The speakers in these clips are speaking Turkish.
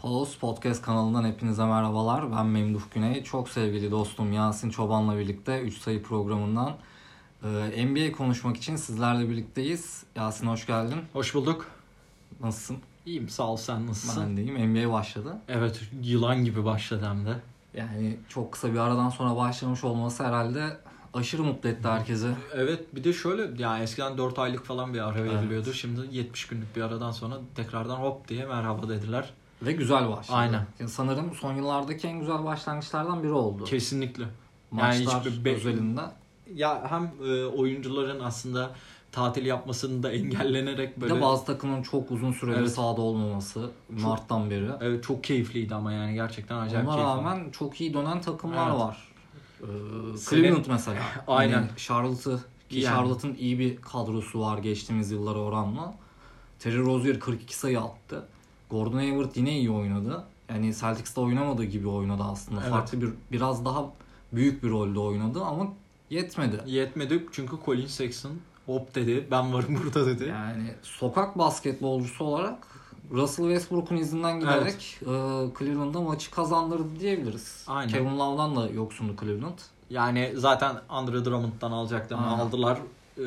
Pause Podcast kanalından hepinize merhabalar. Ben Memduh Güney. Çok sevgili dostum Yasin Çoban'la birlikte 3 sayı programından NBA konuşmak için sizlerle birlikteyiz. Yasin hoş geldin. Hoş bulduk. Nasılsın? İyiyim, sağ ol, sen nasılsın? Ben de iyiyim. NBA başladı. Evet, yılan gibi başladı hem de. Yani çok kısa bir aradan sonra başlamış olması herhalde aşırı mutlu etti herkesi. Evet, bir de şöyle yani eskiden 4 aylık falan bir ara veriliyordu. Evet. Şimdi 70 günlük bir aradan sonra tekrardan hop diye merhaba dediler. Ve güzel başladı. Aynen. Yani sanırım son yıllardaki en güzel başlangıçlardan biri oldu. Kesinlikle. Maçlar yani özelinde. Ya hem oyuncuların aslında tatil yapmasını da engellenerek böyle. Bir de bazı takımın çok uzun süredir sahada olmaması Mart'tan beri. Evet, çok keyifliydi ama yani gerçekten acayip keyifli. Ona rağmen çok iyi dönen takımlar var. Cleveland mesela. Aynen. Yani Charlotte'ın iyi bir kadrosu var geçtiğimiz yıllara oranla. Terry Rozier 42 sayı attı. Gordon Hayward yine iyi oynadı. Yani Celtics'te oynamadığı gibi oynadı aslında. Evet. Farklı biraz daha büyük bir rolde oynadı ama yetmedi. Yetmedi çünkü Colin Sexton hop dedi, ben varım burada dedi. Yani sokak basketbolcusu olarak Russell Westbrook'un izinden giderek Cleveland'a maçı kazandırdı diyebiliriz. Aynen. Kevin Love'dan da yoksundu Cleveland. Yani zaten Andre Drummond'dan alacaklarını aldılar.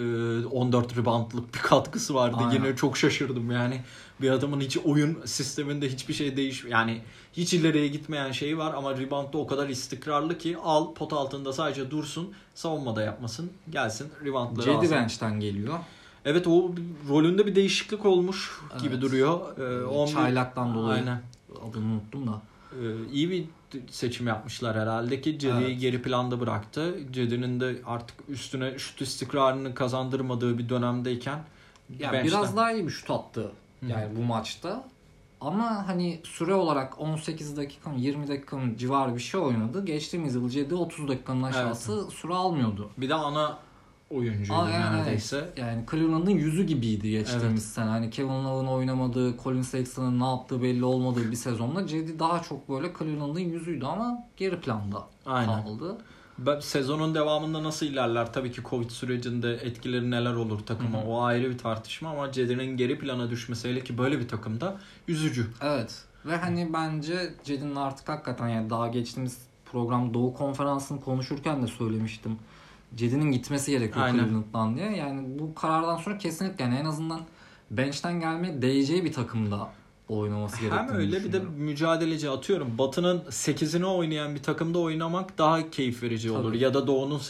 14 reboundlık bir katkısı vardı. Aynen. Yine çok şaşırdım yani. Bir adamın hiç oyun sisteminde hiçbir şey yani hiç ileriye gitmeyen şeyi var ama reboundda o kadar istikrarlı ki al pot altında sadece dursun, savunmada yapmasın, gelsin reboundları alsın. Cedi bench'ten geliyor. Evet, o rolünde bir değişiklik olmuş gibi duruyor. Çaylaktan dolayı. Aynen. Adını unuttum da. İyi bir seçim yapmışlar herhalde ki Cedi'yi geri planda bıraktı. Cedi'nin de artık üstüne şut istikrarını kazandırmadığı bir dönemdeyken biraz daha iyi bir şut attı yani bu maçta. Ama hani süre olarak 18 dakika 20 dakikanın civarı bir şey oynadı. Geçtiğimiz yıl Cedi 30 dakikanın aşağısı süre almıyordu. Bir de ana oyuncuydu neredeyse. Evet. Yani Cleveland'ın yüzü gibiydi geçtiğimiz sene. Hani Kevin Love'ın oynamadığı, Colin Sexton'ın ne yaptığı belli olmadığı bir sezonda Cedi daha çok böyle Cleveland'ın yüzüydü ama geri planda kaldı. Sezonun devamında nasıl ilerler? Tabii ki Covid sürecinde etkileri neler olur takıma? O ayrı bir tartışma ama Cedi'nin geri plana düşmesi, hele ki böyle bir takımda üzücü. Evet. Ve hani bence Cedi'nin artık hakikaten yani daha geçtiğimiz program Doğu Konferansı'nı konuşurken de söylemiştim. Cedi'nin gitmesi gerekiyor Cleveland'dan diye. Yani bu karardan sonra kesinlikle yani en azından bench'ten gelmeye değeceği bir takımda oynaması gerektiğini Hem öyle bir de mücadeleci, atıyorum Batı'nın 8'ini oynayan bir takımda oynamak daha keyif verici olur. Ya da Doğu'nun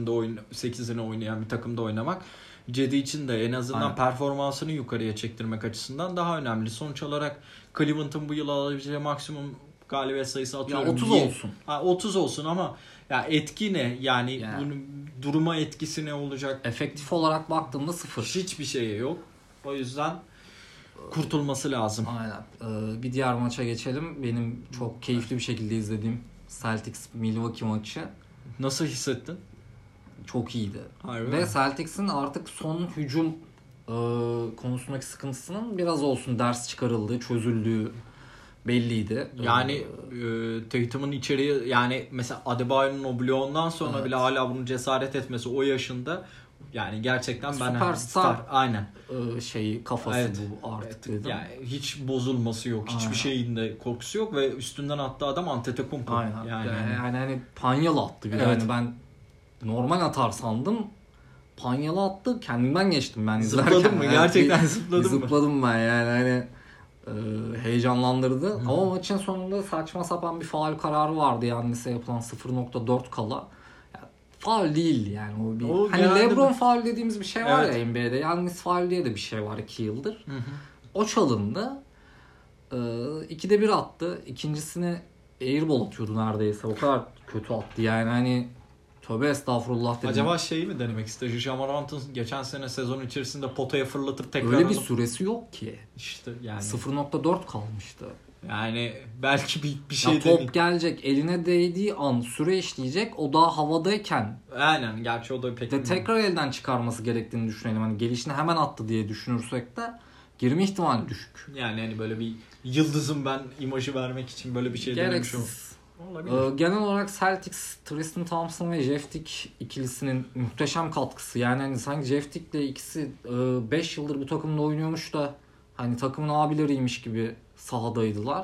8'ini oynayan bir takımda oynamak Cedi için de en azından performansını yukarıya çektirmek açısından daha önemli. Sonuç olarak Cleveland'ın bu yıl alabileceği maksimum galibiyet sayısı atıyorum. Ya 30 olsun. 30 olsun ama ya etki ne? Yani bunun duruma etkisi ne olacak? Efektif olarak baktığımda 0. Hiçbir şey yok. O yüzden kurtulması lazım. Aynen. Bir diğer maça geçelim. Benim çok keyifli bir şekilde izlediğim Celtics-Milwaukee maçı. Nasıl hissettin? Çok iyiydi. Harbi ve Celtics'in artık son hücum konusundaki sıkıntısının biraz olsun ders çıkarıldığı, çözüldüğü belliydi. Yani Tatum'un içeriye, yani mesela Adebayo'nun o bloğundan sonra bile hala bunu cesaret etmesi o yaşında, yani gerçekten Superstar aynen kafası bu artık dedim. Yani hiç bozulması yok. Hiçbir şeyinde korkusu yok ve üstünden attığı adam Antetokounmpo. Yani hani panyalı attı bir yani ben normal atar sandım. Panyalı attı. Kendimden geçtim ben izlerken. Zıpladın mı? Gerçekten zıpladın mı? Zıpladım ben yani hani heyecanlandırdı. Ama maçın sonunda saçma sapan bir faul kararı vardı Yannis'e yapılan 0.4 kala. Yani faul değil yani o hani LeBron faul dediğimiz bir şey var ya NBA'de. Yannis faul diye de bir şey var 2 yıldır. O çalındı. 2'de 1 attı. İkincisini airball atıyordu neredeyse. O kadar kötü attı yani hani tövbe estağfurullah dedim. Acaba mi denemek istedi? Ja Morant'ın geçen sene sezon içerisinde potaya fırlatıp tekrar öyle bir süresi yok ki. İşte yani 0.4 kalmıştı. Yani belki bir şey top gelecek, eline değdiği an süre işleyecek. O daha havadayken. Aynen, gerçi o da pek tekrar elden çıkarması gerektiğini düşünelim. Hani gelişini hemen attı diye düşünürsek de girme ihtimali düşük. Yani hani böyle bir yıldızım ben imajı vermek için böyle bir şey denemiş olur. Genel olarak Celtics, Tristan Thompson ve Jeff Teague ikilisinin muhteşem katkısı. Yani hani sanki Jeff Teague'le ikisi 5 yıldır bu takımda oynuyormuş da hani takımın abileriymiş gibi sahadaydılar.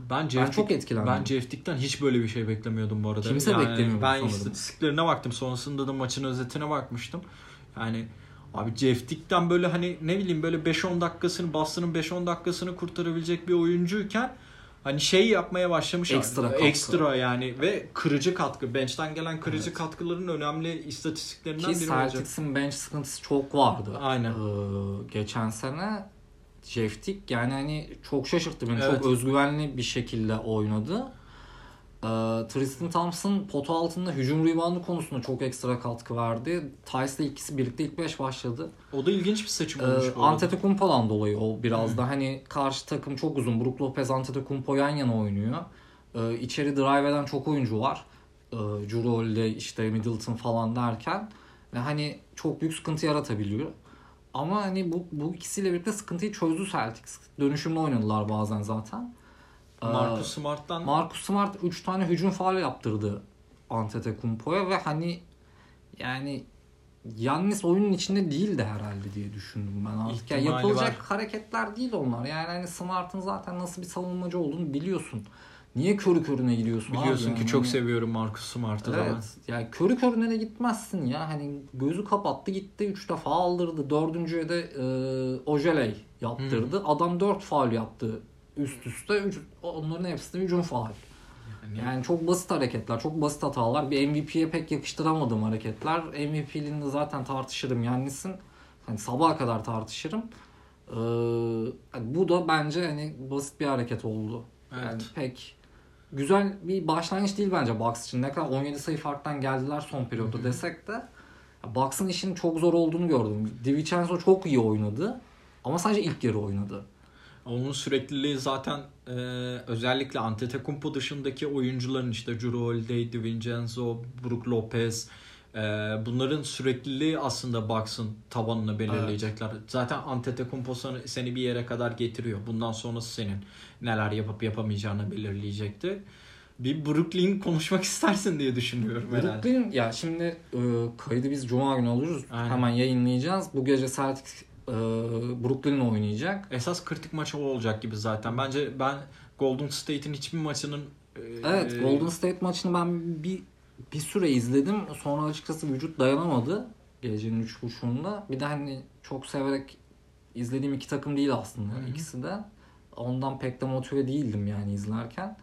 Ben çok etkilendim. Ben Jeff Teague'den hiç böyle bir şey beklemiyordum bu arada. Kimse beklemiyordu ben sanırım. istatistiklerine baktım. Sonrasında da maçın özetine bakmıştım. Yani abi Jeff Teague'den böyle hani ne bileyim böyle 5-10 dakikasını, Boston'ın 5-10 dakikasını kurtarabilecek bir oyuncuyken hani şey yapmaya başlamış. Ekstra yani ve kırıcı katkı. Bench'ten gelen kırıcı katkıların önemli istatistiklerinden biri olacak. Celtics'in bench sıkıntısı çok vardı. Aynen. Geçen sene Jeff Teague yani hani çok şaşırttı beni. Evet. Çok özgüvenli bir şekilde oynadı. Tristan Thompson potu altında hücum reboundu konusunda çok ekstra katkı verdi. Tice'la ikisi birlikte ilk 5 başladı. O da ilginç bir seçim olmuş. Antetokounmpo'dan dolayı o biraz da hani karşı takım çok uzun. Brook Lopez, Antetokounmpo yan yana oynuyor. İçeri drive eden çok oyuncu var. Jrue Holiday, işte Middleton falan derken ve hani çok büyük sıkıntı yaratabiliyor. Ama hani bu ikisiyle birlikte sıkıntıyı çözdü Celtics. Dönüşümlü oynadılar bazen zaten. Marcus Smart 3 tane hücum faul yaptırdı Antetokounmpo'ya ve hani yani Giannis oyunun içinde değildi herhalde diye düşündüm ben artık. Yani yapılacak hareketler değil onlar. Yani hani Smart'ın zaten nasıl bir savunmacı olduğunu biliyorsun. Niye körü körüne gidiyorsun? Biliyorsun abi ki çok seviyorum Marcus Smart'ı. Evet. Yani körü körüne de gitmezsin ya. Hani gözü kapattı gitti 3 defa aldırdı. 4.'ye de Ojeley yaptırdı. Adam 4 faul yaptı üst üste. Onların hepsi de hücum faul. Yani çok basit hareketler, çok basit hatalar. Bir MVP'ye pek yakıştıramadığım hareketler. MVP'liğini zaten tartışırım Giannis'in. Hani sabaha kadar tartışırım. Bu da bence hani basit bir hareket oldu. Evet. Yani pek güzel bir başlangıç değil bence Bucks için. Ne kadar 17 sayı farktan geldiler son periyoda desek de Bucks'ın işinin çok zor olduğunu gördüm. DiVincenzo çok iyi oynadı ama sadece ilk yarı oynadı. Onun sürekliliği zaten özellikle Antetokounmpo dışındaki oyuncuların işte Jrue Holiday, DiVincenzo, Brook Lopez bunların sürekliliği aslında Bucks'ın tabanını belirleyecekler. Evet. Zaten Antetokounmpo seni bir yere kadar getiriyor. Bundan sonrası senin neler yapıp yapamayacağını belirleyecekti. Bir Brooklyn konuşmak istersin diye düşünüyorum herhalde. Brooklyn ya şimdi kaydı biz Cuma günü alıyoruz. Aynen. Hemen yayınlayacağız. Bu gece Celtics Brooklyn'le oynayacak. Esas kritik maç o olacak gibi zaten. Bence ben Golden State'in hiçbir maçının evet Golden State maçını ben bir süre izledim. Sonra açıkçası vücut dayanamadı gecenin 3.30'unda. Bir de hani çok severek izlediğim iki takım değil aslında ikisi de. Ondan pek de motive değildim yani izlerken.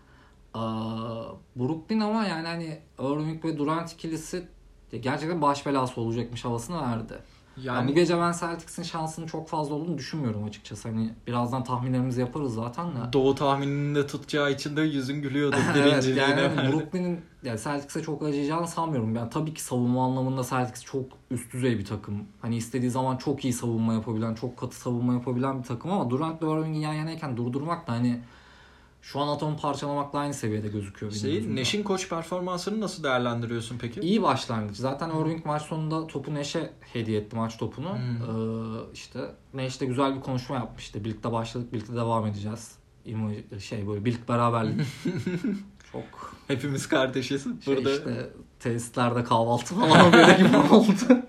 Brooklyn ama yani hani Irving ve Durant ikilisi gerçekten baş belası olacakmış havasını verdi. Yani bu gece ben Celtics'in şansının çok fazla olduğunu düşünmüyorum açıkçası. Hani birazdan tahminlerimizi yaparız zaten de. Doğu tahmininde tutacağı için de yüzün gülüyordu. Evet yani Brooklyn'in yani Celtics'e çok acıyacağını sanmıyorum. Yani tabii ki savunma anlamında Celtics çok üst düzey bir takım. Hani istediği zaman çok iyi savunma yapabilen, çok katı savunma yapabilen bir takım ama Durant ve Irving'in yan yanayken durdurmak da hani şu an atomu parçalamakla aynı seviyede gözüküyor. Neş'in koç performansını nasıl değerlendiriyorsun peki? İyi başlangıç. Zaten Irving maç sonunda topu Neş'e hediye etti maç topunu. İşte Neş de güzel bir konuşma yapmıştı. Birlikte başladık, birlikte devam edeceğiz. Böyle birlik beraberlik. Çok. Hepimiz kardeşiz. Burada işte tesislerde kahvaltı falan böyle gibi oldu.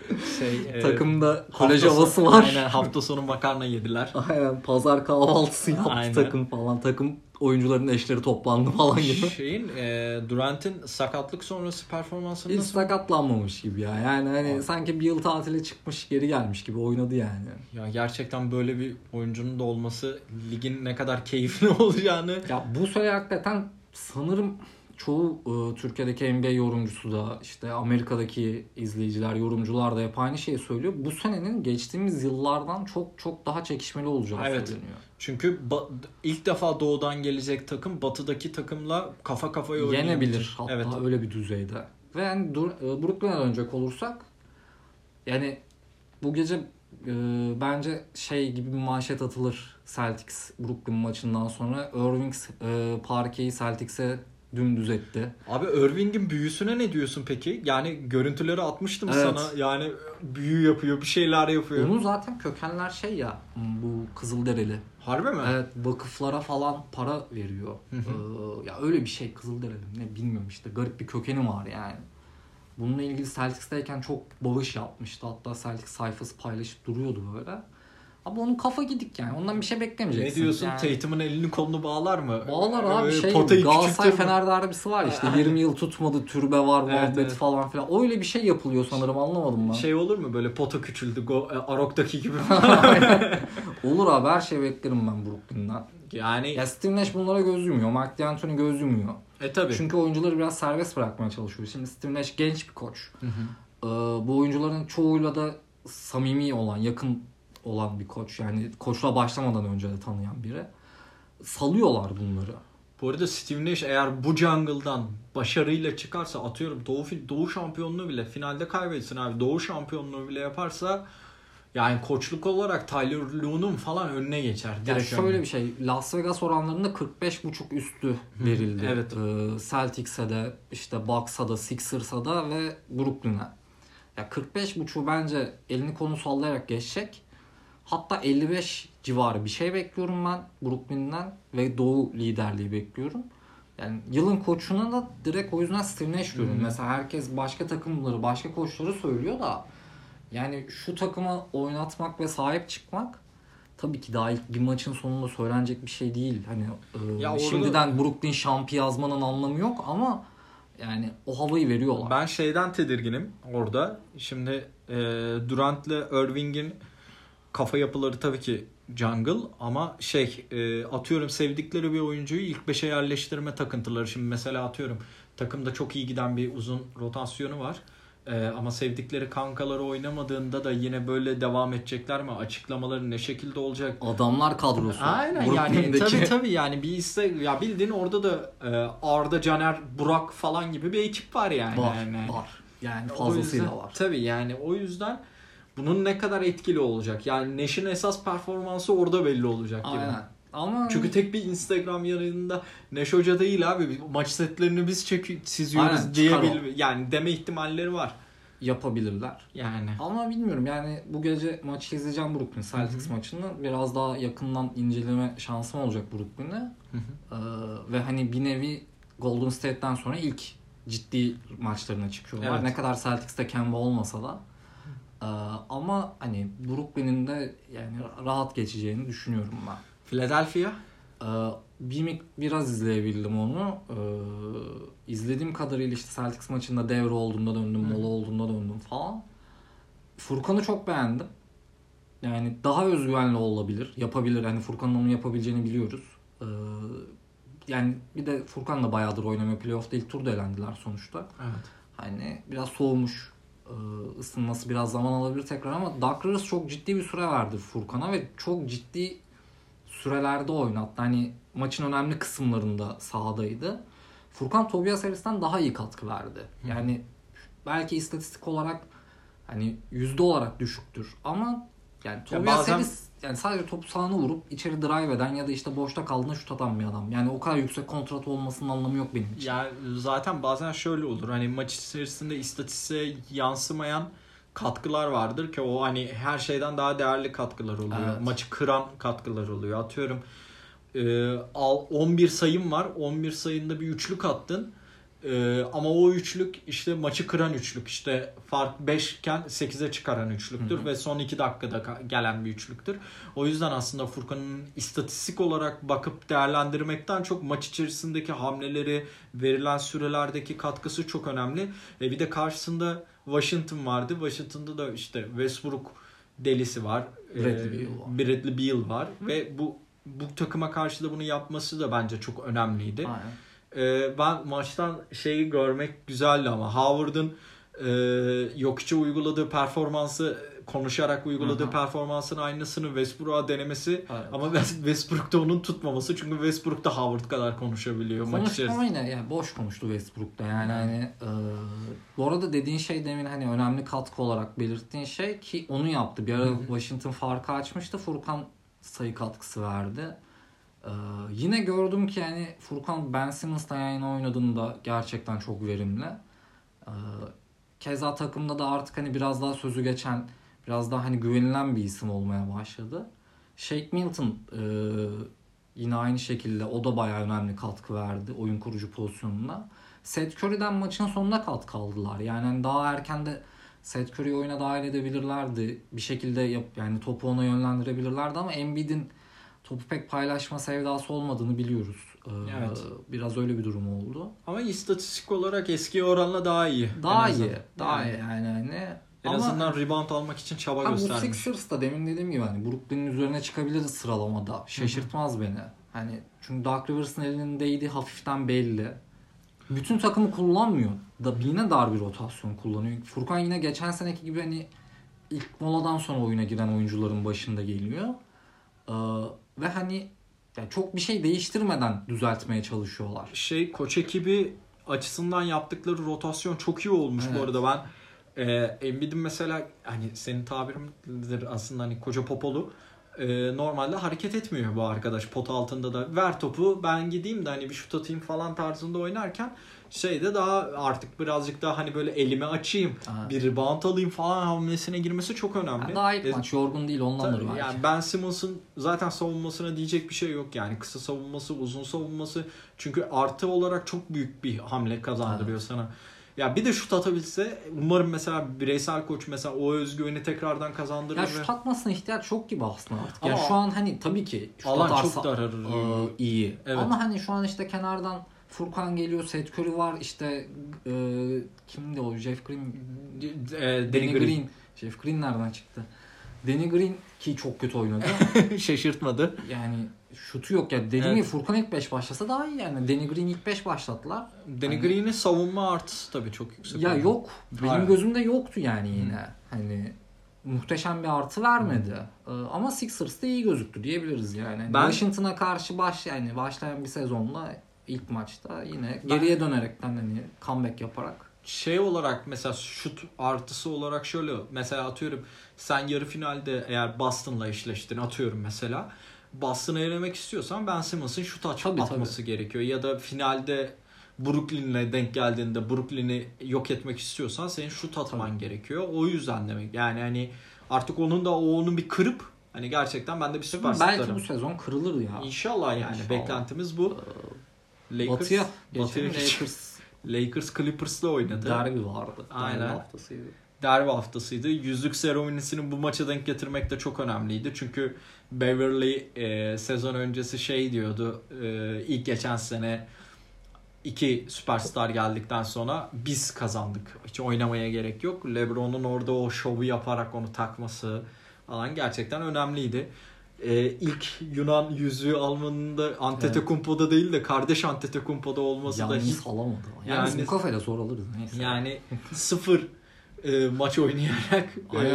Takımda kolej havası var. Aynen hafta sonu makarna yediler. Aynen pazar kahvaltısı yaptı takım falan. Takım oyuncuların eşleri toplandı falan gibi. Durant'in sakatlık sonrası performansını hiç sakatlanmamış gibi ya. Yani hani sanki bir yıl tatile çıkmış geri gelmiş gibi oynadı yani. Ya gerçekten böyle bir oyuncunun da olması ligin ne kadar keyifli olacağını. Ya bu sene hakikaten sanırım çoğu Türkiye'deki NBA yorumcusu da işte Amerika'daki izleyiciler, yorumcular da hep aynı şeyi söylüyor. Bu senenin geçtiğimiz yıllardan çok çok daha çekişmeli olacağı söyleniyor. Çünkü ilk defa doğudan gelecek takım batıdaki takımla kafa kafaya oynayabilir. Yenebilir hatta öyle bir düzeyde. Ve yani Brooklyn'e dönecek olursak yani bu gece bence gibi bir manşet atılır Celtics Brooklyn maçından sonra. Irving parkeyi Celtics'e dümdüz etti. Abi Irving'in büyüsüne ne diyorsun peki? Yani görüntüleri atmıştım sana. Yani büyü yapıyor, bir şeyler yapıyor. Onun zaten kökenler ya bu Kızılderili. Harbi mi? Evet, vakıflara falan para veriyor. Ya öyle bir şey Kızılderili ne bilmiyorum işte garip bir kökeni var yani. Bununla ilgili Celtics'teyken çok bağış yapmıştı. Hatta Celtics sayfası paylaşıp duruyordu böyle. Ama onun kafa gidik yani. Ondan bir şey beklemeyeceksin. Ne diyorsun? Yani, Tatum'un elini kolunu bağlar mı? Bağlar abi. Galatasaray Fener derbisi var işte. 20 yıl tutmadı. Türbe var. Muhabbeti falan filan. Öyle bir şey yapılıyor sanırım. Anlamadım ben. Şey olur mu? Böyle pota küçüldü. Arok'taki gibi. Olur abi. Her şey beklerim ben Brooklyn'den. Yani ya Steve Nash bunlara göz yumuyor. Mark D'Antoni göz yumuyor. Tabii. Çünkü oyuncuları biraz serbest bırakmaya çalışıyor. Şimdi Steve Nash genç bir koç. Bu oyuncuların çoğuyla da samimi olan, yakın olan bir koç. Yani koçluğa başlamadan önce de tanıyan biri. Salıyorlar bunları. Bu arada Steve Nash eğer bu jungle'dan başarıyla çıkarsa, atıyorum Doğu şampiyonluğu bile finalde kaybetsin abi. Doğu şampiyonluğu bile yaparsa yani koçluk olarak Tyler Lue'nun falan önüne geçer. Yani şöyle bir şey. Las Vegas oranlarında 45.5 üstü verildi. Evet. Celtics'e de, işte Bucks'a da, Sixers'a da ve Brooklyn'e. Ya 45.5'u bence elini kolunu sallayarak geçecek. Hatta 55 civarı bir şey bekliyorum ben Brooklyn'den ve Doğu liderliği bekliyorum. Yani yılın koçuna da direkt o yüzden Steve Nash diyorum. Mesela herkes başka takımları, başka koçları söylüyor da yani şu takıma oynatmak ve sahip çıkmak tabii ki daha ilk bir maçın sonunda söylenecek bir şey değil. Hani şimdiden Brooklyn şampiyon yazmanın anlamı yok ama yani o havayı veriyorlar. Ben şeyden tedirginim orada. Şimdi Durant'le Irving'in kafa yapıları tabii ki jungle ama atıyorum sevdikleri bir oyuncuyu ilk 5'e yerleştirme takıntıları. Şimdi mesela atıyorum takımda çok iyi giden bir uzun rotasyonu var. Ama sevdikleri kankaları oynamadığında da yine böyle devam edecekler mi? Açıklamaları ne şekilde olacak? Adamlar kadrosu. Aynen yani tabii yani bir istek ya bildiğin orada da Arda, Caner, Burak falan gibi bir ekip var yani. Var. Yani fazlasıyla var. Tabii yani o yüzden bunun ne kadar etkili olacak? Yani Nash'in esas performansı orada belli olacak gibi. Aynen. Ama çünkü tek bir Instagram yanında Nash Hoca değil abi. Maç setlerini biz çiziyoruz diye yani deme ihtimalleri var. Yapabilirler. Yani. Ama bilmiyorum yani bu gece maçı izleyeceğim Brooklyn Celtics maçını. Biraz daha yakından inceleme şansım olacak Brooklyn'e. Ve hani bir nevi Golden State'ten sonra ilk ciddi maçlarına çıkıyorlar. Evet. Ne kadar Celtics'te Kemba olmasa da. Ama hani Brooklyn'in de yani rahat geçeceğini düşünüyorum ben. Philadelphia? Biraz izleyebildim onu. İzlediğim kadarıyla işte Celtics maçında devre olduğunda döndüm, mola olduğunda döndüm falan. Furkan'ı çok beğendim. Yani daha özgüvenli olabilir, yapabilir. Yani Furkan'ın onu yapabileceğini biliyoruz. Yani bir de Furkan'la bayağıdır oynamıyor. Playoff'ta ilk turda elendiler sonuçta. Evet. Hani biraz soğumuş. Isınması biraz zaman alabilir tekrar ama Doug Rivers çok ciddi bir süre verdi Furkan'a ve çok ciddi sürelerde oynattı. Hani maçın önemli kısımlarında sahadaydı. Furkan Tobias Harris'ten daha iyi katkı verdi. Yani belki istatistik olarak hani yüzde olarak düşüktür ama yani Tobias Harris yani sadece topu sahana vurup içeri drive eden ya da işte boşta kaldığında şut atan bir adam. Yani o kadar yüksek kontrat olmasının anlamı yok benim için. Yani zaten bazen şöyle olur. Hani maç içerisinde istatistiğe yansımayan katkılar vardır ki o hani her şeyden daha değerli katkılar oluyor. Evet. Maçı kıran katkılar oluyor. Atıyorum 11 sayım var. 11 sayında bir üçlük attın. Ama o üçlük işte maçı kıran üçlük. İşte fark 5 iken 8'e çıkaran üçlüktür ve son 2 dakikada gelen bir üçlüktür. O yüzden aslında Furkan'ın istatistik olarak bakıp değerlendirmekten çok maç içerisindeki hamleleri, verilen sürelerdeki katkısı çok önemli. Bir de karşısında Washington vardı. Washington'da da işte Westbrook delisi var. Bradley Beal var. Ve bu takıma karşı da bunu yapması da bence çok önemliydi. Aynen. Ben maçtan şeyi görmek güzeldi ama Howard'ın Jokic'e uyguladığı performansı, konuşarak uyguladığı performansın aynısını Westbrook'a denemesi ama Westbrook'ta onun tutmaması çünkü Westbrook da Howard kadar konuşabiliyor maç içerisinde. Ama yine yani boş konuştu Westbrook'ta yani hani bu arada dediğin şey demin hani önemli katkı olarak belirttiğin şey ki onu yaptı. Bir ara Washington farkı açmıştı. Furkan sayı katkısı verdi. Yine gördüm ki yani Furkan Ben Simmons'la yan oynadığında gerçekten çok verimli. Keza takımda da artık hani biraz daha sözü geçen, biraz daha hani güvenilen bir isim olmaya başladı. Shake Milton yine aynı şekilde o da bayağı önemli katkı verdi oyun kurucu pozisyonunda. Seth Curry'den maçın sonunda katkı aldılar. Yani hani daha erken de Seth Curry'i oyuna dahil edebilirlerdi. Bir şekilde yani topu ona yönlendirebilirlerdi ama Embiid'in topu pek paylaşma sevdası olmadığını biliyoruz. Evet. Biraz öyle bir durum oldu. Ama istatistik olarak eski oranla daha iyi. Daha iyi yani hani. En azından rebound almak için çaba göstermiş. Bu Sixers da demin dediğim gibi hani Brooklyn'in üzerine çıkabilir sıralamada. Şaşırtmaz beni. Hani çünkü Doug Rivers'ın elindeydi, hafiften belli. Bütün takımı kullanmıyor. Yine dar bir rotasyon kullanıyor. Furkan yine geçen seneki gibi hani ilk moladan sonra oyuna giren oyuncuların başında geliyor. Ve hani yani çok bir şey değiştirmeden düzeltmeye çalışıyorlar. Koç ekibi açısından yaptıkları rotasyon çok iyi olmuş bu arada. Ben Embiid'in mesela hani senin tabirindir aslında hani koca popolu normalde hareket etmiyor bu arkadaş pot altında da ver topu ben gideyim de hani bir şut atayım falan tarzında oynarken daha artık birazcık daha hani böyle elimi açayım bir rebound alayım falan hamlesine girmesi çok önemli. Yani daha ilk maç yorgun değil ondandır belki. Yani Ben Simmons'ın zaten savunmasına diyecek bir şey yok yani kısa savunması uzun savunması çünkü artı olarak çok büyük bir hamle kazandırıyor sana. Ya bir de şut atabilse umarım mesela bireysel koç mesela o özgüveni tekrardan kazandırır. Ya şut atmasına ihtiyaç çok gibi aslında artık. Ama Yani şu an hani tabii ki şut alan atarsa çok daralır. iyi. Evet. Ama hani şu an işte kenardan Furkan geliyor, Seth Curry var işte kimdi o? Jeff Green, Danny Green. Jeff Green nereden çıktı? Danny Green ki çok kötü oynadı. Şaşırtmadı. Yani şutu yok ya. Dediğim gibi Furkan ilk 5 başlasa daha iyi yani. Danny Green ilk 5 başlattılar. Danny Green'in savunma artısı tabii çok yüksek. Ya yok. Benim gözümde yoktu yani yine. Hani muhteşem bir artı vermedi. Ama Sixers de iyi gözüktü diyebiliriz yani. Washington'a karşı başlayan bir sezonla ilk maçta yine geriye dönerekten hani comeback yaparak olarak mesela şut artısı olarak şöyle mesela atıyorum sen yarı finalde eğer Boston'la eşleştin atıyorum mesela Boston'ı elemek istiyorsan Ben Simmons'ın şut atması gerekiyor ya da finalde Brooklyn'le denk geldiğinde Brooklyn'i yok etmek istiyorsan senin şut atman gerekiyor. O yüzden demek yani hani artık onun bir kırıp hani gerçekten ben de bir süperstarım. Belki bu sezon kırılır ya. İnşallah yani beklentimiz bu. Batı'ya Lakers Clippers'la oynadı. Derbi vardı. Aynen. Derbi haftasıydı. Yüzük seremonisini bu maça denk getirmek de çok önemliydi. Çünkü Beverly sezon öncesi diyordu. İlk geçen sene 2 süperstar geldikten sonra biz kazandık. Hiç oynamaya gerek yok. LeBron'un orada o şovu yaparak onu takması falan gerçekten önemliydi. İlk Yunan yüzüğü almanın da Antetokounmpo'da değil de kardeş Antetokounmpo'da olması da hiç alamadı. Yani bu kafayla zor alırız neyse. Yani 0 maç oynayarak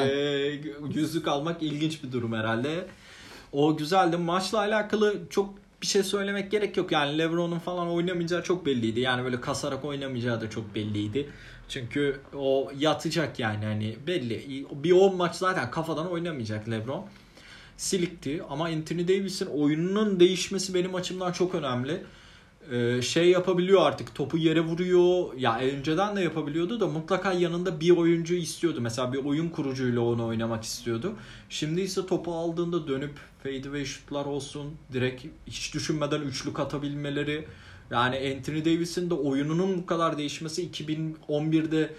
yüzük almak ilginç bir durum herhalde. O güzeldi. Maçla alakalı çok bir şey söylemek gerek yok. Yani LeBron'un falan oynamayacağı çok belliydi. Yani böyle kasarak oynamayacağı da çok belliydi. Çünkü o yatacak yani hani belli. Bir 10 maç zaten kafadan oynamayacak LeBron. Silikti ama Anthony Davis'in oyununun değişmesi benim açımdan çok önemli. Yapabiliyor artık topu yere vuruyor ya önceden de yapabiliyordu da mutlaka yanında bir oyuncu istiyordu mesela bir oyun kurucuyla onu oynamak istiyordu. Şimdi ise topu aldığında dönüp fadeaway şutlar olsun direkt hiç düşünmeden üçlük atabilmeleri yani Anthony Davis'in de oyununun bu kadar değişmesi 2011'de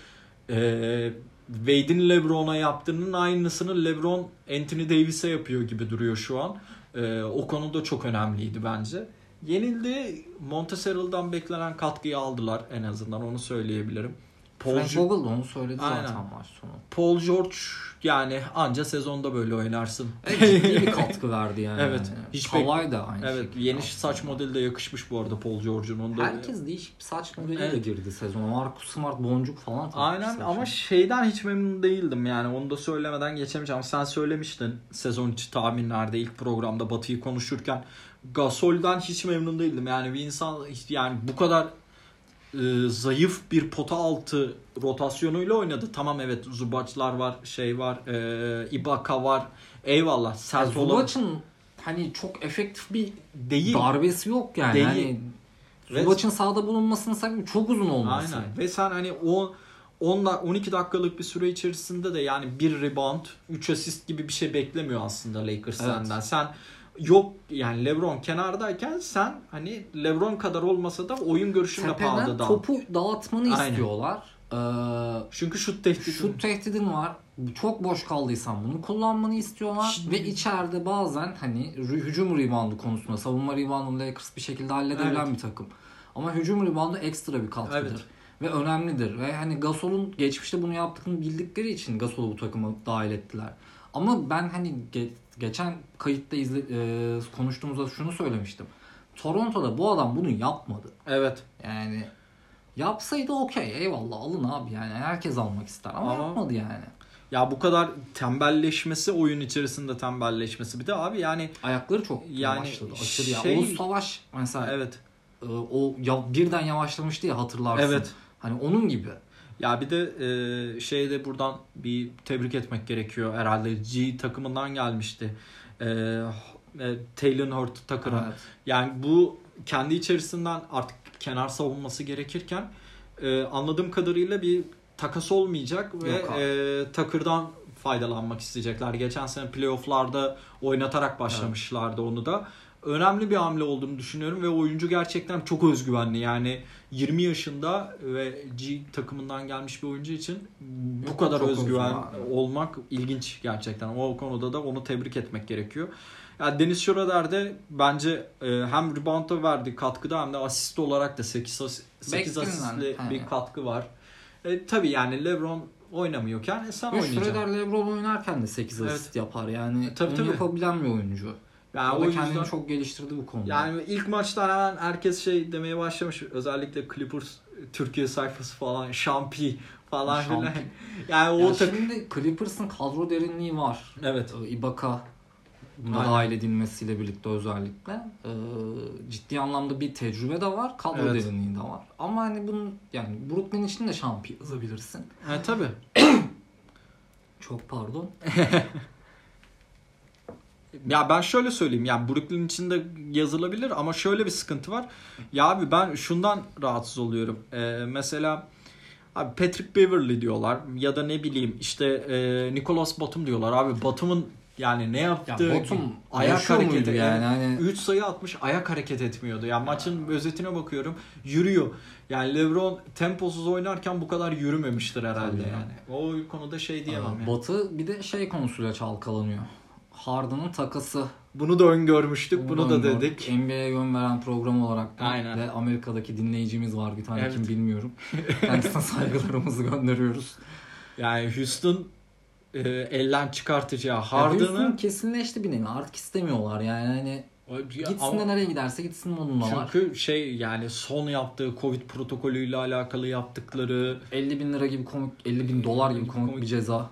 Wade'in LeBron'a yaptığının aynısını LeBron Anthony Davis'e yapıyor gibi duruyor şu an. O konuda çok önemliydi bence. Yenildi. Monteserral'dan beklenen katkıyı aldılar en azından onu söyleyebilirim. Frank Vogel da onu söyledi zaten maç sonu. Paul George yani anca sezonda böyle oynarsın. Ciddi bir katkı verdi yani. Evet. Kawhi da aynı şekilde. Yeni saç modeli de yakışmış bu arada Paul George'un. Herkes değişik bir saç modeliyle girdi sezona. Marcus Smart boncuk falan. Aynen ama hiç memnun değildim yani onu da söylemeden geçemeyeceğim. Sen söylemiştin sezon içi tahminlerde ilk programda Batı'yı konuşurken Gasol'dan hiç memnun değildim. Yani bir insan yani bu kadar zayıf bir pota altı rotasyonuyla oynadı. Tamam evet Zubac'lar var, var, Ibaka var. Eyvallah. Zubac'ın hani çok efektif bir darbesi yok yani. Hani Zubac'ın sahada bulunmasının sebebi çok uzun olması. Aynen. Ve sen hani 12 dakikalık bir süre içerisinde de yani bir rebound, 3 asist gibi bir şey beklemiyor aslında Lakers senden. Sen yok yani LeBron kenardayken sen hani LeBron kadar olmasa da oyun görüşünle pahalı topu dağıtmanı istiyorlar. Çünkü şut tehdidin var. Çok boş kaldıysan bunu kullanmanı istiyorlar. Ve içeride bazen hani hücum reboundu konusunda, savunma reboundu Lakers bir şekilde halledebilen bir takım. Ama hücum reboundu ekstra bir katkıdır. Ve önemlidir. Ve hani Gasol'un geçmişte bunu yaptığını bildikleri için Gasol'u bu takıma dahil ettiler. Ama ben hani geçen kayıtta konuştuğumuzda şunu söylemiştim. Toronto'da bu adam bunu yapmadı. Evet. Yani yapsaydı okey, eyvallah, alın abi yani. Herkes almak ister ama yapmadı yani. Ya bu kadar tembelleşmesi, oyun içerisinde tembelleşmesi. Bir de abi yani ayakları çok yavaşladı. Aşırı ya. Oğuz Savaş mesela. Evet. O birden yavaşlamıştı ya, hatırlarsın. Evet. Hani onun gibi. Ya bir de şeyde buradan bir tebrik etmek gerekiyor herhalde. G takımından gelmişti. Taylor Hurt Tucker'a. Evet. Yani bu kendi içerisinden artık kenar savunması gerekirken anladığım kadarıyla bir takas olmayacak ve Tucker'dan faydalanmak isteyecekler. Geçen sene playoff'larda oynatarak başlamışlardı onu da. Önemli bir hamle olduğunu düşünüyorum ve oyuncu gerçekten çok özgüvenli. Yani 20 yaşında ve G takımından gelmiş bir oyuncu için bu kadar özgüven olmak ilginç gerçekten. O konuda da onu tebrik etmek gerekiyor. Yani Dennis Schroeder de bence hem rebound'a verdiği katkıda hem de asist olarak da 8 asistli bir katkı var. Tabii yani LeBron oynamıyorken sen oynayacaksın. Schroeder LeBron oynarken de 8 asist yapar. Yani onu yapabilen bir oyuncu. Yani o da kendini çok geliştirdi bu konuda. Yani ilk maçtan hemen herkes şey demeye başlamış. Özellikle Clippers Türkiye sayfası falan, Şampi falan filan. Yani o şimdi Clippers'ın kadro derinliği var. Evet. Ibaka buna dahil edilmesiyle birlikte özellikle ciddi anlamda bir tecrübe de var, kadro derinliği de var. Ama hani bunun yani Brooklyn için de Şampi yazabilirsin. Tabii. Çok pardon. Ya ben şöyle söyleyeyim, yani Brooklyn için de yazılabilir ama şöyle bir sıkıntı var. Ya abi ben şundan rahatsız oluyorum. Mesela abi Patrick Beverley diyorlar ya da ne bileyim işte Nicholas Batum diyorlar. Abi Batum'un yani ne yaptığı ya Batum ayak hareketi yani hani 3 sayı atmış, ayak hareket etmiyordu. Yani maçın özetine bakıyorum, yürüyor. Yani LeBron temposuz oynarken bu kadar yürümemiştir herhalde yani. O konuda şey diyemem yani. Batı bir de şey konusuyla çalkalanıyor. Harden'ın takası. Bunu da öngörmüştük. Bunu da dedik. NBA'ye yön veren program olarak ve Amerika'daki dinleyicimiz var bir tane, kim bilmiyorum. Kendisine saygılarımızı gönderiyoruz. Yani Houston elden çıkartacağı Harden'ı. Houston kesinleşti bir nevi. Artık istemiyorlar yani hani gitsin de nereye giderse gitsin modundalar. Çünkü şey yani son yaptığı Covid protokolüyle alakalı yaptıkları 50 bin lira gibi komik, 50 bin dolar gibi komik bir ceza.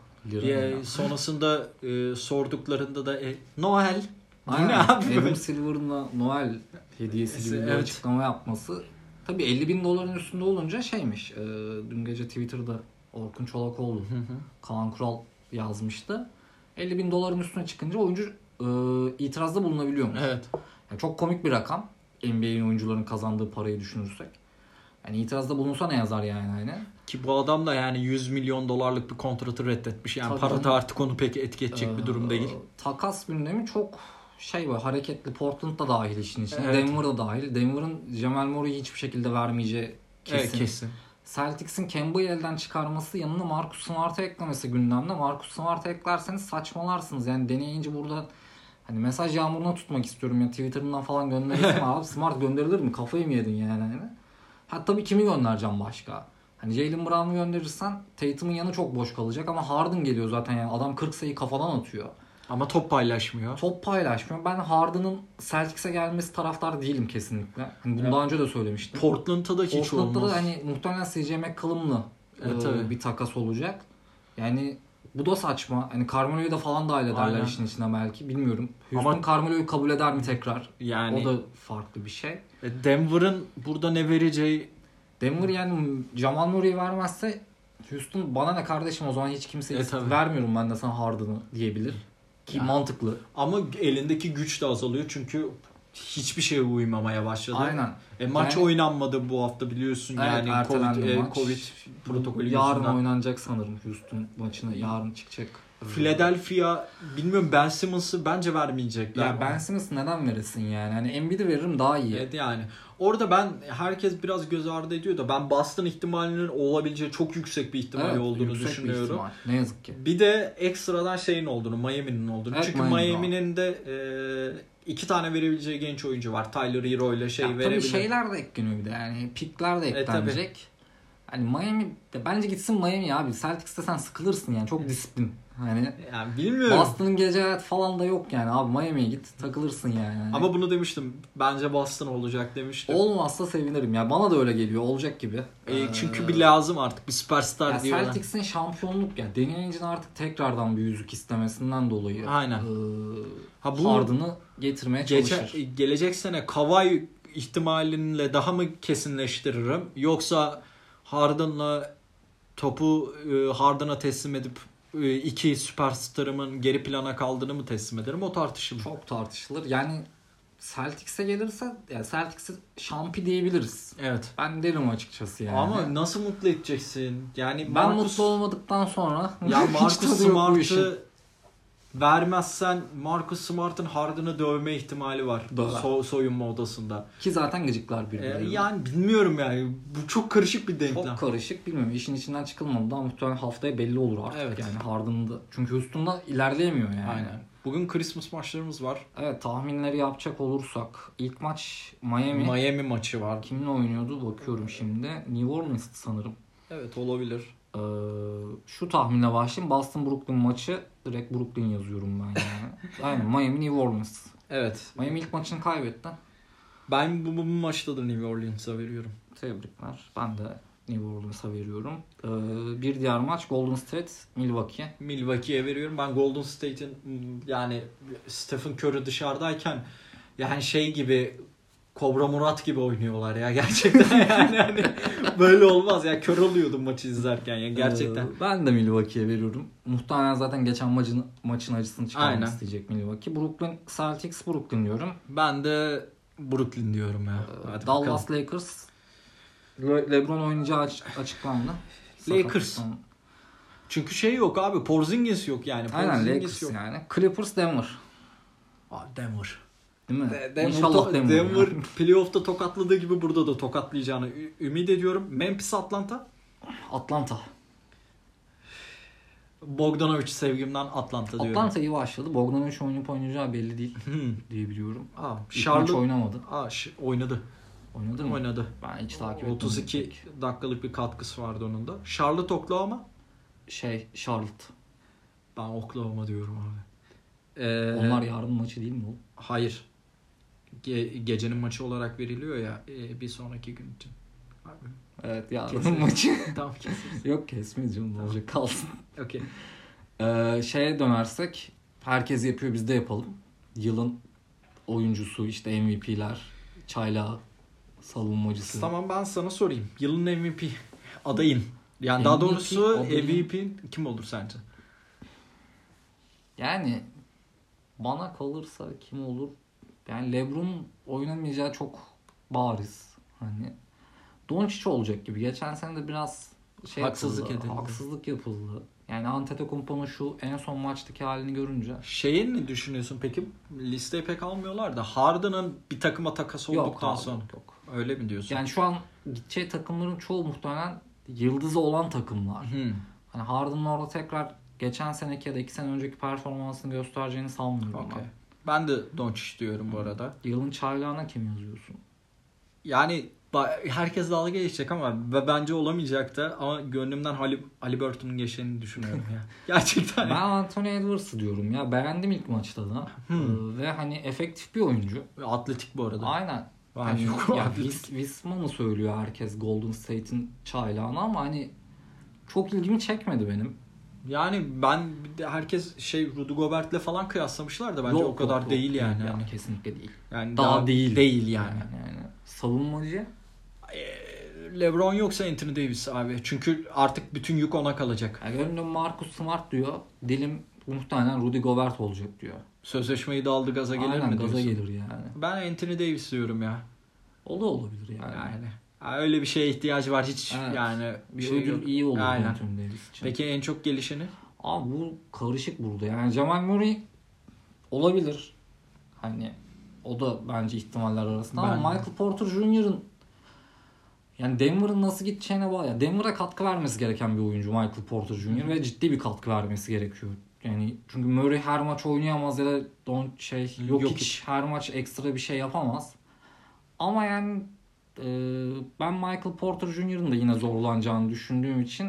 Sonrasında sorduklarında da Noel. Aynen. Adam Silver'ın Noel hediyesi gibi bir açıklama yapması. Tabii 50 bin doların üstünde olunca şeymiş. Dün gece Twitter'da Orkun Çolakoğlu, Kaan Kural yazmıştı. 50 bin doların üstüne çıkınca oyuncu itirazda bulunabiliyormuş. Evet. Yani çok komik bir rakam. NBA'in oyuncuların kazandığı parayı düşünürsek. Yani itirazda bulunsa ne yazar yani hani. Ki bu adam da yani 100 milyon dolarlık bir kontratı reddetmiş. Yani para da artık onu pek etki edecek bir durum değil. Takas gündemi çok var, hareketli. Portland da dahil işin içine. Evet. Denver da dahil. Denver'ın Jamal Murray'i hiçbir şekilde vermeyeceği kesin. Evet, kesin. Celtics'in Kemba'yı elden çıkarması, yanına Marcus Smart'ı eklemesi gündemde. Marcus Smart'ı eklerseniz saçmalarsınız. Yani deneyince burada hani mesaj yağmuruna tutmak istiyorum ya, Twitter'ından falan gönderirsin abi. Smart gönderilir mi? Kafayı mı yedin yani? Tabii kimi göndereceğim başka? Hani Jaylen Brown'u gönderirsen Tatum'un yanı çok boş kalacak ama Harden geliyor zaten yani. Adam 40 sayı kafadan atıyor. Ama top paylaşmıyor. Ben Harden'ın Celtics'e gelmesi taraftar değilim kesinlikle. Hani bunu daha önce de söylemiştim. Portland'da da hiç olmaz. Portland'da da hani muhtemelen CJ McCollum'la bir takas olacak. Yani bu da saçma. Hani Carmelo'yu da falan dahil ederler işin içine belki. Bilmiyorum. Houston Carmelo'yu kabul eder mi tekrar? Yani o da farklı bir şey. Denver'ın burada ne vereceği... Denver yani Jamal Murray'i vermezse Houston bana ne kardeşim o zaman hiç kimseye vermiyorum ben de sana Harden'ı diyebilir. Ki mantıklı. Ama elindeki güç de azalıyor çünkü hiçbir şeye uymamaya başladı. Aynen. Maç oynanmadı bu hafta biliyorsun yani Covid protokolü yarın yüzünden. oynanacak sanırım Houston maçına, yarın çıkacak Philadelphia bilmiyorum, Ben Simmons'ı bence vermeyecekler. Ya Ben Simmons'ı neden verirsin yani? Hani Embiid'i veririm daha iyi. Evet yani. Orada herkes biraz göz ardı ediyor da ben Boston ihtimalinin olabileceği çok yüksek bir ihtimal olduğunu düşünüyorum. Ne yazık ki. Bir de ekstradan şeyin olduğunu, Miami'nin olduğunu. Evet, çünkü Miami'nin de 2 tane verebileceği genç oyuncu var. Tyler Hero ile verebilir. Tabii şeyler de ekleniyor bir de yani. Pickler de eklenecek. Hani Miami de bence gitsin Miami abi. Celtics'te sen sıkılırsın yani. Çok disiplin. Hani yani bilmiyorum. Boston'ın gece hayat falan da yok yani. Abi Miami'ye git takılırsın yani. Ama bunu demiştim. Bence Boston olacak demiştim. Olmazsa sevinirim ya. Bana da öyle geliyor. Olacak gibi. Çünkü bir lazım artık. Bir süperstar diyorlar. Celtics'in şampiyonluk ya. Danny Ainge'in artık tekrardan bir yüzük istemesinden dolayı. Aynen. Harden'ı getirmeye çalışır. Gelecek sene Kawhi ihtimalinle daha mı kesinleştiririm? Yoksa Harden'la topu Harden'a teslim edip 2 süperstarımın geri plana kaldığını mı teslim ederim? O tartışılır. Çok tartışılır. Yani Celtics'e gelirse yani Celtics'e şampi diyebiliriz. Evet. Ben derim açıkçası yani. Ama nasıl mutlu edeceksin? Yani ben mutlu olmadıktan sonra ya Marcus Smart'ı vermezsen Marcus Smart'ın Harden'ı dövme ihtimali var. Soyunma odasında. Ki zaten gıcıklar birbirine. Yani bilmiyorum yani. Bu çok karışık bir denklem. Çok karışık, bilmiyorum. İşin içinden çıkılmadı ama muhtemelen haftaya belli olur artık. Evet. Yani Harden'da. Çünkü Houston'da ilerleyemiyor yani. Aynen. Bugün Christmas maçlarımız var. Evet, tahminleri yapacak olursak ilk maç Miami maçı var. Kiminle oynuyordu bakıyorum şimdi. New Orleans'tı sanırım. Evet, olabilir. Şu tahminle başlayayım. Boston Brooklyn maçı, direkt Brooklyn yazıyorum ben yani. Aynen, Miami New Orleans. Evet. Miami ilk maçını kaybetti. Ben bu maçta da New Orleans'a veriyorum. Tebrikler. Ben de New Orleans'a veriyorum. Bir diğer maç Golden State Milwaukee. Milwaukee'ye veriyorum. Ben Golden State'in yani Stephen Curry dışarıdayken yani şey gibi, Kobra Murat gibi oynuyorlar ya gerçekten. Yani hani böyle olmaz ya, kör oluyordum maçı izlerken ya gerçekten. Ben de Milwaukee'ye veriyorum. Muhtemelen zaten geçen maçın acısını çıkarmak isteyecek Milwaukee. Brooklyn Celtics Brooklyn diyorum. Ben de Brooklyn diyorum ya. Dallas bakalım. Lakers. LeBron oynayacağı açıklandı. Lakers. Çünkü şey yok abi, Porzingis yok yani. Aynen, Lakers yok. Yani. Clippers Denver. Denver. Değil mi? İnşallah Denver playoff'ta tokatladığı gibi burada da tokatlayacağını ümit ediyorum. Memphis Atlanta. Bogdanovic sevgimden Atlanta diyorum. Atlanta iyi başladı. Bogdanovic oynayıp oynayacağı belli değil diye biliyorum. Charlotte oynamadı. Oynadı. Oynadı mı? Oynadı. Ben hiç takip etmedim. 32 dakikalık bir katkısı vardı onun da. Charlotte Oklahoma. Charlotte. Ben Oklahoma diyorum abi. Onlar yarın maçı değil mi o? Hayır. Gecenin maçı olarak veriliyor ya bir sonraki gün için. Abi. Evet, yarın maçı. Tamam, keseriz. Yok, kesmeyiz canım, ne olacak, kalsın. Okay. Şeye dönersek, herkes yapıyor, biz de yapalım. Yılın oyuncusu, işte MVP'ler, çaylağı, savunmacısı. Tamam, ben sana sorayım. Yılın MVP adayın. Yani daha doğrusu MVP kim olur sence? Yani bana kalırsa kim olur? Yani LeBron oynamayacağı çok bariz. Hani Doncic olacak gibi. Geçen sene de biraz haksızlık yapıldı. Yani Antetokounmpo'nun şu en son maçtaki halini görünce. Şeyin ne düşünüyorsun peki? Listeye pek almıyorlar da Harden'ın bir takıma takas olduktan sonra. Yok. Öyle mi diyorsun? Yani şu an gideceği takımların çoğu muhtemelen yıldızı olan takımlar. Hani Harden'ın orada tekrar geçen seneki ya da 2 sene önceki performansını göstereceğini sanmıyorum ben. Ben de Doncic diyorum bu arada. Yılın çaylağına kim yazıyorsun? Yani herkes dalga geçecek ama bence olamayacak da, ama gönlümden Haliburton'un geçeceğini düşünüyorum ya. Gerçekten. Ben Anthony Edwards'ı diyorum ya. Beğendim ilk maçta da. Ve hani efektif bir oyuncu. Atletik bu arada. Aynen. Hani ya Wisma mı söylüyor herkes Golden State'in çaylağını, ama hani çok ilgimi çekmedi benim. Yani herkes Rudy Gobert'le falan kıyaslamışlar da bence o kadar değil yani. Yani kesinlikle değil. Yani daha değil. Değil yani. Savunmacı? LeBron yoksa Anthony Davis abi. Çünkü artık bütün yük ona kalacak. Gönlüm Marcus Smart diyor. Dilim muhtemelen Rudy Gobert olacak diyor. Sözleşmeyi de aldı, gaza gelir mi diyorsun? Gaza gelir yani. Ben Anthony Davis diyorum ya. O da olabilir yani. Öyle bir şeye ihtiyacı var hiç yani. Bir ödül iyi olur Anthony Davis için. Peki en çok gelişeni? Abi bu karışık burada. Yani Jamal Murray olabilir. Hani o da bence ihtimaller arasında. Ama Michael Porter Jr.'ın yani Denver'ın nasıl gideceğine bağlı. Yani Denver'a katkı vermesi gereken bir oyuncu Michael Porter Jr. ve ciddi bir katkı vermesi gerekiyor. Yani çünkü Murray her maç oynayamaz ya da yok hiç her maç ekstra bir şey yapamaz. Ama yani ben Michael Porter Jr.'ın da yine zorlanacağını düşündüğüm için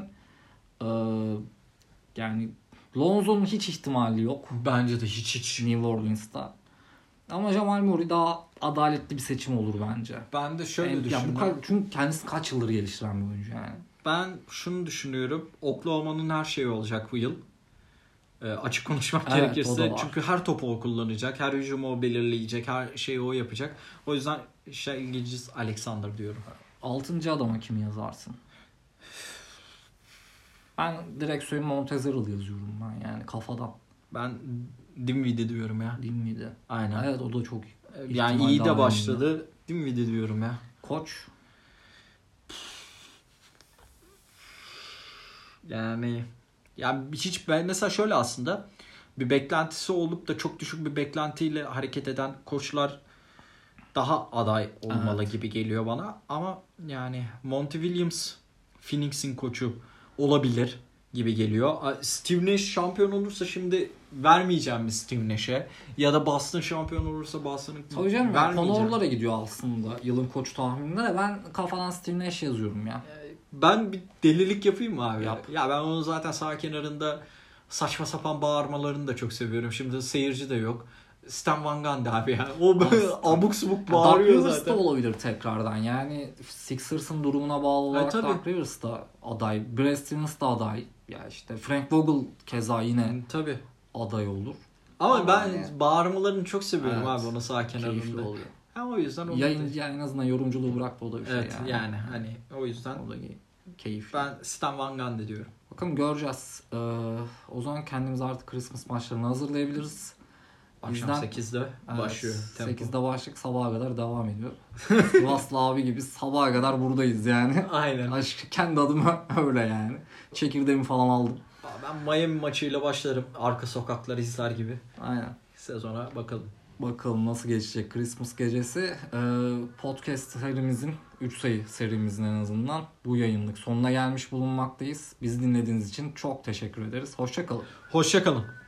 yani Lonzo'nun hiç ihtimali yok. Bence de hiç. New Orleans'ta. Ama Jamal Murray daha adaletli bir seçim olur bence. Ben de şöyle düşünüyorum. Çünkü kendisi kaç yıldır geliştiren bir oyuncu yani. Ben şunu düşünüyorum. Oklahoma'nın her şeyi olacak bu yıl. Açık konuşmak gerekirse. Çünkü her topu o kullanacak. Her hücumu o belirleyecek. Her şeyi o yapacak. O yüzden İngiliz Alexander diyorum. 6. adama kimi yazarsın? Ben direkt söyleyeyim Montezerl yazıyorum ben yani kafadan. Ben Dinwiddie diyorum ya. Dinwiddie. Aynen. Evet o da çok yani iyi de başladı. Dinwiddie diyorum ya. Koç. Yani hiç ben mesela şöyle aslında bir beklentisi olup da çok düşük bir beklentiyle hareket eden koçlar daha aday olmalı gibi geliyor bana. Ama yani Monty Williams Phoenix'in koçu olabilir gibi geliyor. Steve Nash şampiyon olursa şimdi vermeyeceğim mi Steve Nash'e? Ya da Boston şampiyon olursa Boston'ın vermeyeceğim. Konorlara gidiyor aslında yılın koç tahmininde de ben kafadan Steve Nash yazıyorum ya. Ben bir delilik yapayım mı abi? Yap. Ya ben onu zaten sağ kenarında saçma sapan bağırmalarını da çok seviyorum. Şimdi seyirci de yok. Stan Van Gundy abi ya. O böyle abuk subuk bağırıyor zaten. Doug Rivers da olabilir tekrardan. Yani Sixers'ın durumuna bağlı olarak Doug Rivers da aday. Brad Stevens da aday. Ya işte Frank Vogel keza yine aday olur. Ama ben bağırmalarını çok seviyorum abi onu sağ kenarında. Oluyor. O yüzden yani en azından yorumculuğu bıraktı o da bir şey yani hani o yüzden o da keyifli. Ben Stan Van Gundy diyorum. Bakalım göreceğiz. O zaman kendimizi artık Christmas maçlarına hazırlayabiliriz. Akşam 8'de başlıyor. 8'de başlık sabaha kadar devam ediyor. Sivaslı abi gibi sabaha kadar buradayız yani. Aynen. Kendi adıma öyle yani. Çekirdeğimi falan aldım. Ben Miami maçıyla başlarım. Arka sokakları izler gibi. Aynen. Sezona bakalım. Bakalım nasıl geçecek Christmas gecesi. Podcast serimizin 3 sayı serimizin en azından bu yayınlık sonuna gelmiş bulunmaktayız. Bizi dinlediğiniz için çok teşekkür ederiz. Hoşça kalın. Hoşça kalın.